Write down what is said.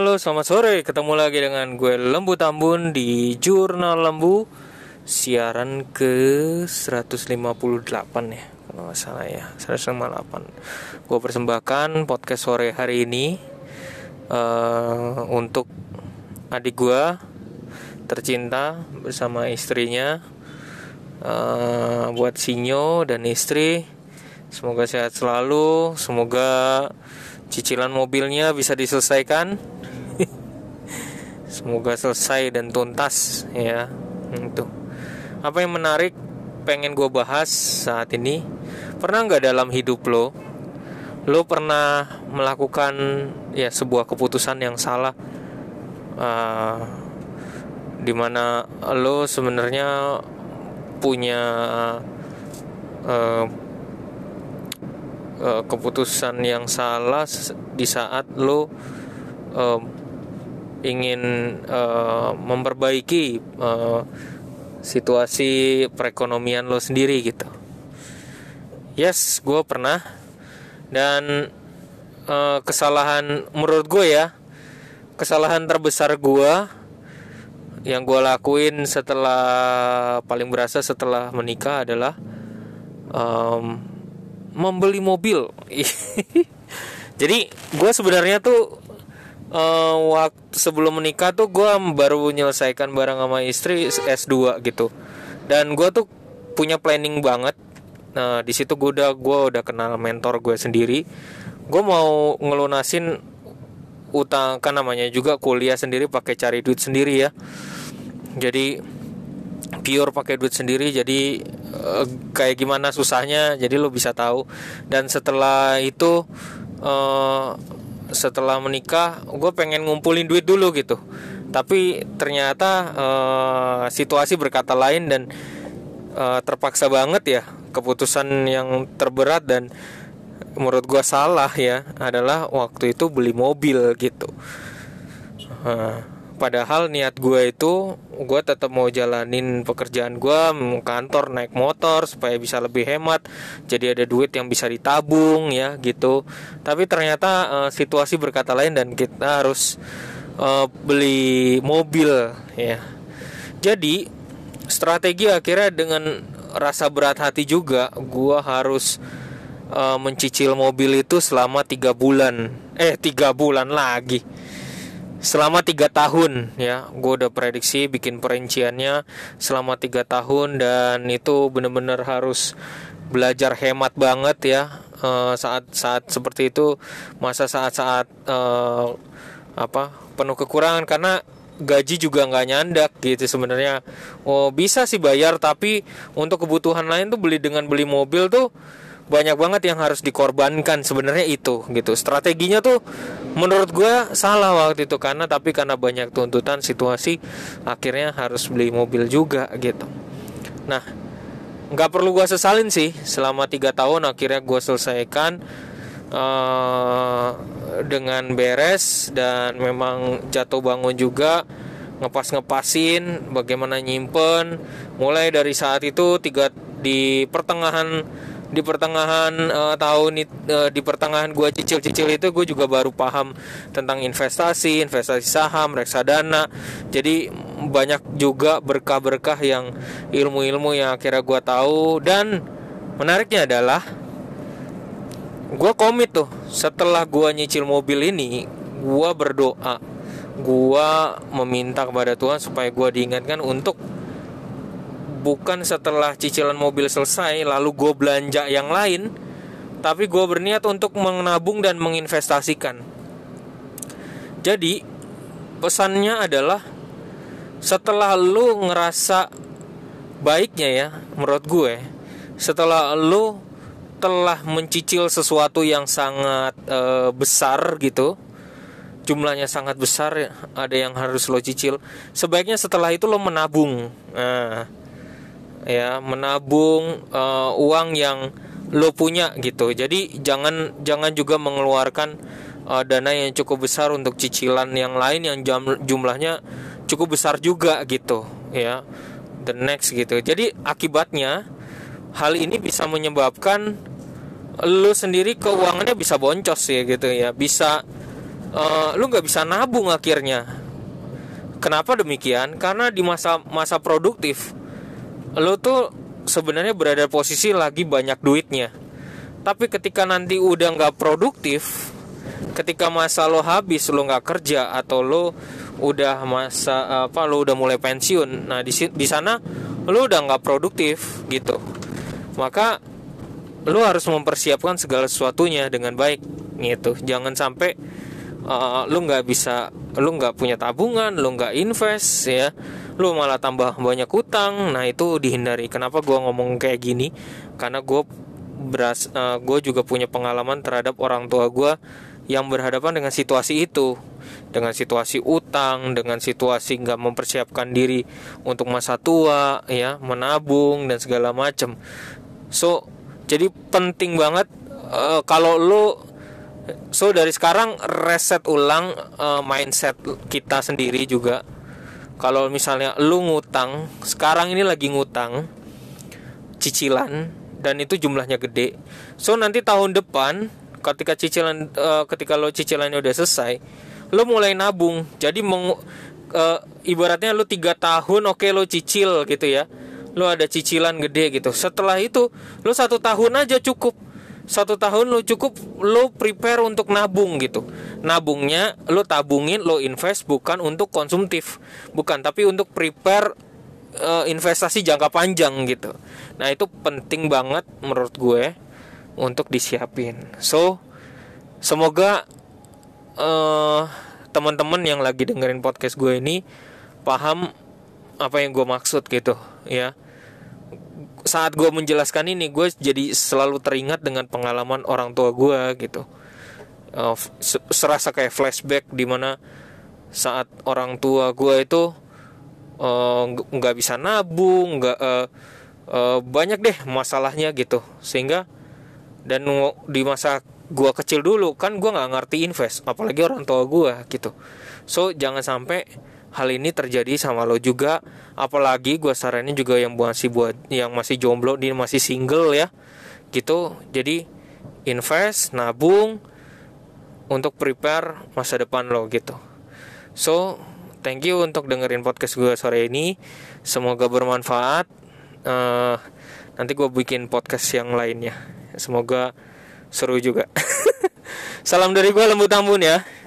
Halo, selamat sore. Ketemu lagi dengan gue Lembu Tambun di Jurnal Lembu. Siaran ke 158 ya, kalau nggak salah ya, 158. Gue persembahkan podcast sore hari ini untuk adik gue tercinta bersama istrinya. Buat Sinyo dan istri, semoga sehat selalu. Semoga cicilan mobilnya bisa diselesaikan. Semoga selesai dan tuntas ya. Itu apa yang menarik pengen gue bahas saat ini. Pernah gak dalam hidup lo pernah melakukan ya sebuah keputusan yang salah, dimana lo sebenarnya punya keputusan yang salah di saat lo ingin memperbaiki situasi perekonomian lo sendiri gitu. Yes, gue pernah. Dan kesalahan menurut gue ya, kesalahan terbesar gue yang gue lakuin paling berasa setelah menikah adalah membeli mobil. Jadi gue sebenarnya tuh waktu sebelum menikah tuh gue baru menyelesaikan bareng sama istri S2 gitu, dan gue tuh punya planning banget. Nah di situ gue udah kenal mentor gue sendiri. Gue mau ngelunasin utang, kan namanya juga kuliah sendiri pakai cari duit sendiri ya. Jadi pure pakai duit sendiri. Jadi kayak gimana susahnya, jadi lo bisa tahu. Dan setelah itu setelah menikah gue pengen ngumpulin duit dulu gitu, tapi ternyata situasi berkata lain dan terpaksa banget ya. Keputusan yang terberat dan menurut gue salah ya adalah waktu itu beli mobil gitu. Padahal niat gue itu, gue tetap mau jalanin pekerjaan gue, kantor naik motor supaya bisa lebih hemat, jadi ada duit yang bisa ditabung ya gitu. Tapi ternyata situasi berkata lain dan kita harus beli mobil ya. Jadi strategi akhirnya dengan rasa berat hati juga, gue harus mencicil mobil itu selama 3 bulan. 3 bulan lagi. Selama 3 tahun ya. Gue udah prediksi bikin perinciannya selama 3 tahun. Dan itu bener-bener harus belajar hemat banget ya. Saat-saat seperti itu, masa saat-saat penuh kekurangan, karena gaji juga nggak nyandak gitu sebenarnya. Bisa sih bayar, tapi untuk kebutuhan lain tuh beli mobil tuh banyak banget yang harus dikorbankan sebenarnya itu gitu. Strateginya tuh menurut gue salah waktu itu, karena banyak tuntutan situasi akhirnya harus beli mobil juga gitu. Nah nggak perlu gue sesalin sih, selama 3 tahun akhirnya gue selesaikan dengan beres. Dan memang jatuh bangun juga, ngepasin bagaimana nyimpen. Mulai dari saat itu di pertengahan tahun di pertengahan gue cicil itu, gue juga baru paham tentang investasi saham, reksadana. Jadi banyak juga berkah-berkah yang ilmu-ilmu yang akhirnya gue tahu. Dan menariknya adalah gue komit tuh, setelah gue nyicil mobil ini, gue berdoa, gue meminta kepada Tuhan supaya gue diingatkan untuk bukan setelah cicilan mobil selesai lalu gue belanja yang lain, tapi gue berniat untuk menabung dan menginvestasikan. Jadi pesannya adalah, setelah lu ngerasa baiknya ya, menurut gue, setelah lu telah mencicil sesuatu yang sangat besar gitu, jumlahnya sangat besar, ada yang harus lo cicil, sebaiknya setelah itu lo menabung. Menabung uang yang lo punya gitu. Jadi jangan juga mengeluarkan dana yang cukup besar untuk cicilan yang lain yang jumlahnya cukup besar juga gitu ya. The next gitu. Jadi akibatnya hal ini bisa menyebabkan lo sendiri keuangannya bisa boncos ya gitu ya. Bisa lu nggak bisa nabung akhirnya. Kenapa demikian? Karena di masa produktif lu tuh sebenarnya berada posisi lagi banyak duitnya. Tapi ketika nanti udah nggak produktif, ketika masa lo habis, lo nggak kerja atau lo udah lo udah mulai pensiun, nah di sana lo udah nggak produktif gitu. Maka lo harus mempersiapkan segala sesuatunya dengan baik gitu. Jangan sampai lo nggak punya tabungan, lo nggak invest ya, lo malah tambah banyak utang. Nah itu dihindari. Kenapa gue ngomong kayak gini? Karena gue juga punya pengalaman terhadap orang tua gue yang berhadapan dengan situasi itu, dengan situasi utang, dengan situasi nggak mempersiapkan diri untuk masa tua ya, menabung dan segala macam. So jadi penting banget kalau dari sekarang reset ulang mindset kita sendiri juga. Kalau misalnya lu ngutang, sekarang ini lagi ngutang cicilan dan itu jumlahnya gede. So nanti tahun depan ketika lo cicilannya udah selesai, lo mulai nabung. Jadi ibaratnya lo 3 tahun lo cicil gitu ya. Lo ada cicilan gede gitu. Setelah itu lo 1 tahun aja cukup. 1 tahun lo cukup, lo prepare untuk nabung gitu. Nabungnya lo tabungin, lo invest bukan untuk konsumtif, bukan, tapi untuk prepare investasi jangka panjang gitu. Nah itu penting banget menurut gue untuk disiapin. So semoga teman-teman yang lagi dengerin podcast gue ini paham apa yang gue maksud gitu ya. Saat gue menjelaskan ini, gue jadi selalu teringat dengan pengalaman orang tua gue gitu. Serasa kayak flashback dimana saat orang tua gue itu nggak bisa nabung, banyak deh masalahnya gitu. Sehingga dan di masa gue kecil dulu kan gue nggak ngerti invest, apalagi orang tua gue gitu. So jangan sampai hal ini terjadi sama lo juga. Apalagi gue saranin juga yang masih jomblo, dia masih single ya gitu. Jadi invest, nabung untuk prepare masa depan lo gitu. So thank you untuk dengerin podcast gue sore ini. Semoga bermanfaat. Nanti gue bikin podcast yang lainnya. Semoga seru juga. Salam dari gue, Lembut Tambun ya.